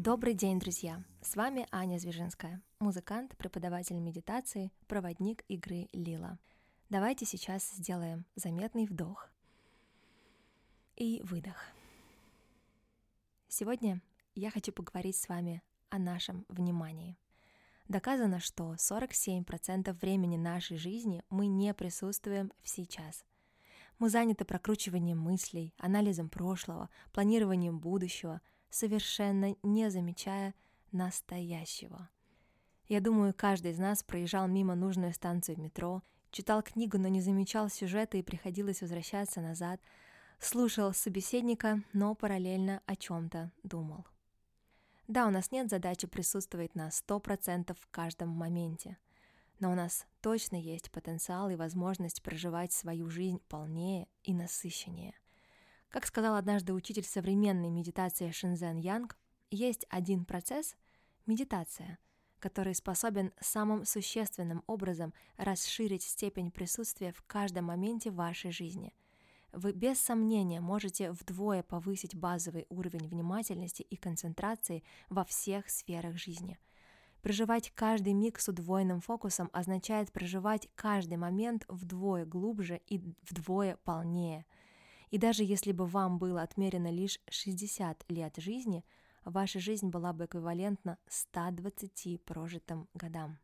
Добрый день, друзья! С вами Аня Звежинская, музыкант, преподаватель медитации, проводник игры Лила. Давайте сейчас сделаем заметный вдох и выдох. Сегодня я хочу поговорить с вами о нашем внимании. Доказано, что 47% времени нашей жизни мы не присутствуем в сейчас. Мы заняты прокручиванием мыслей, анализом прошлого, планированием будущего, совершенно не замечая настоящего. Я думаю, каждый из нас проезжал мимо нужную станцию метро, читал книгу, но не замечал сюжета и приходилось возвращаться назад, слушал собеседника, но параллельно о чем-то думал. Да, у нас нет задачи присутствовать на 100% в каждом моменте, но у нас точно есть потенциал и возможность проживать свою жизнь полнее и насыщеннее. Как сказал однажды учитель современной медитации Шэньцзэн Янг, есть один процесс — медитация, который способен самым существенным образом расширить степень присутствия в каждом моменте вашей жизни. Вы без сомнения можете вдвое повысить базовый уровень внимательности и концентрации во всех сферах жизни. Проживать каждый миг с удвоенным фокусом означает проживать каждый момент вдвое глубже и вдвое полнее. И даже если бы вам было отмерено лишь 60 лет жизни, ваша жизнь была бы эквивалентна 120 прожитым годам.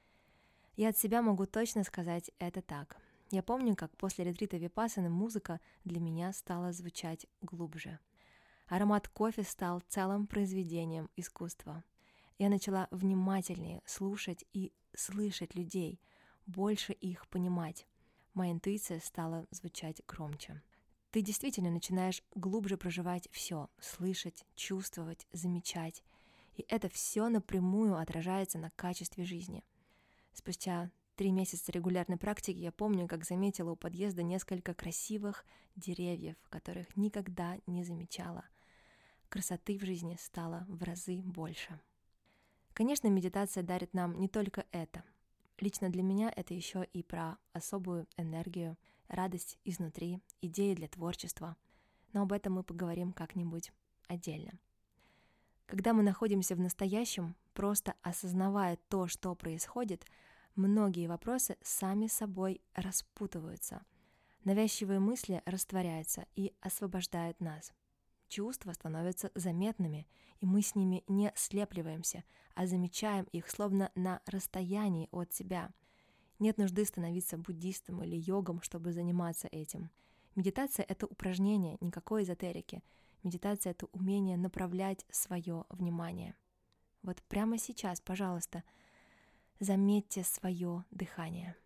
Я от себя могу точно сказать это так. Я помню, как после ретрита випассаны музыка для меня стала звучать глубже. Аромат кофе стал целым произведением искусства. Я начала внимательнее слушать и слышать людей, больше их понимать. Моя интуиция стала звучать громче. Ты действительно начинаешь глубже проживать все, слышать, чувствовать, замечать. И это все напрямую отражается на качестве жизни. Спустя 3 месяца регулярной практики я помню, как заметила у подъезда несколько красивых деревьев, которых никогда не замечала. Красоты в жизни стало в разы больше. Конечно, медитация дарит нам не только это. Лично для меня это еще и про особую энергию, радость изнутри, идеи для творчества. Но об этом мы поговорим как-нибудь отдельно. Когда мы находимся в настоящем, просто осознавая то, что происходит, многие вопросы сами собой распутываются. Навязчивые мысли растворяются и освобождают нас. Чувства становятся заметными, и мы с ними не слепливаемся, а замечаем их словно на расстоянии от себя. Нет нужды становиться буддистом или йогом, чтобы заниматься этим. Медитация — это упражнение, никакой эзотерики. Медитация — это умение направлять свое внимание. Вот прямо сейчас, пожалуйста, заметьте свое дыхание.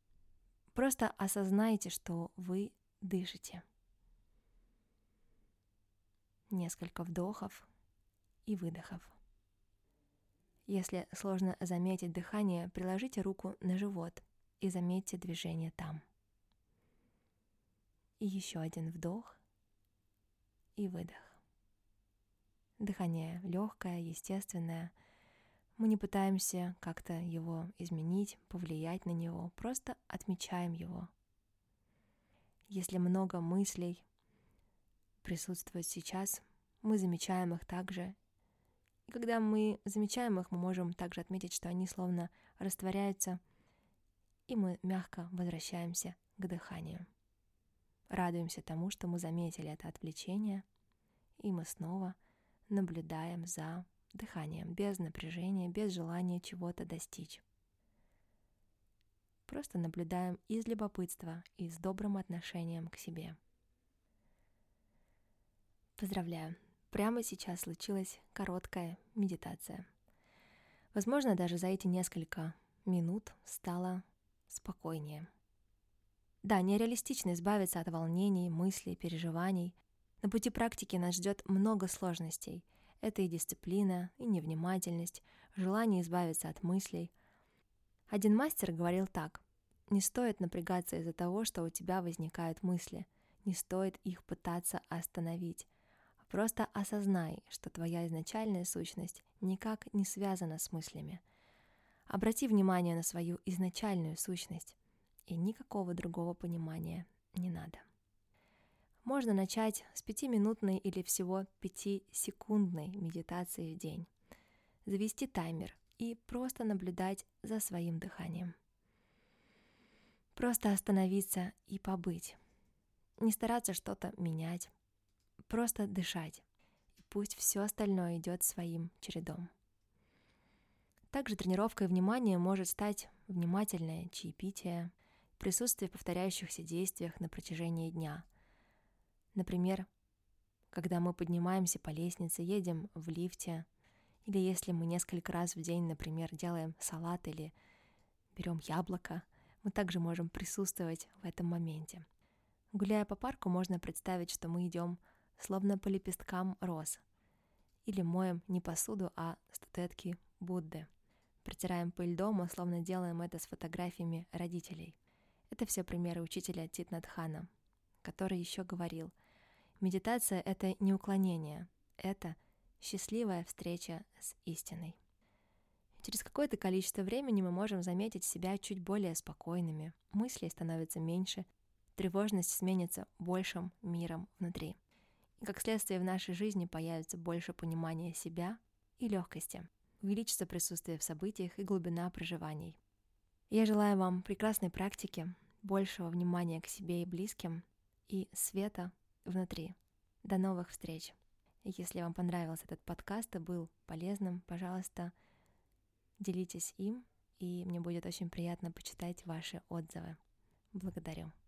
Просто осознайте, что вы дышите. Несколько вдохов и выдохов. Если сложно заметить дыхание, приложите руку на живот и заметьте движение там. И еще один вдох и выдох. Дыхание легкое, естественное. Мы не пытаемся как-то его изменить, повлиять на него, просто отмечаем его. Если много мыслей присутствует сейчас, мы замечаем их также. И когда мы замечаем их, мы можем также отметить, что они словно растворяются, и мы мягко возвращаемся к дыханию. Радуемся тому, что мы заметили это отвлечение, и мы снова наблюдаем за дыханием, без напряжения, без желания чего-то достичь. Просто наблюдаем из любопытства и с добрым отношением к себе. Поздравляю! Прямо сейчас случилась короткая медитация. Возможно, даже за эти несколько минут стало спокойнее. Да, нереалистично избавиться от волнений, мыслей, переживаний. На пути практики нас ждет много сложностей. Это и дисциплина, и невнимательность, желание избавиться от мыслей. Один мастер говорил так: не стоит напрягаться из-за того, что у тебя возникают мысли, не стоит их пытаться остановить. Просто осознай, что твоя изначальная сущность никак не связана с мыслями. Обрати внимание на свою изначальную сущность, и никакого другого понимания не надо. Можно начать с 5-минутной или всего 5-секундной медитации в день. Завести таймер и просто наблюдать за своим дыханием. Просто остановиться и побыть. Не стараться что-то менять. Просто дышать. И пусть все остальное идет своим чередом. Также тренировкой внимания может стать внимательное чаепитие, присутствие в повторяющихся действиях на протяжении дня. Например, когда мы поднимаемся по лестнице, едем в лифте, или если мы несколько раз в день, например, делаем салат или берем яблоко, мы также можем присутствовать в этом моменте. Гуляя по парку, можно представить, что мы идем словно по лепесткам роз, или моем не посуду, а статуэтки Будды. Протираем пыль дома, словно делаем это с фотографиями родителей. Это все примеры учителя Тит Нат Хана, который еще говорил: медитация — это не уклонение, это счастливая встреча с истиной. Через какое-то количество времени мы можем заметить себя чуть более спокойными, мыслей становится меньше, тревожность сменится большим миром внутри. И как следствие в нашей жизни появится больше понимания себя и легкости, увеличится присутствие в событиях и глубина проживаний. Я желаю вам прекрасной практики, большего внимания к себе и близким и света внутри. До новых встреч! И если вам понравился этот подкаст и был полезным, пожалуйста, делитесь им, и мне будет очень приятно почитать ваши отзывы. Благодарю.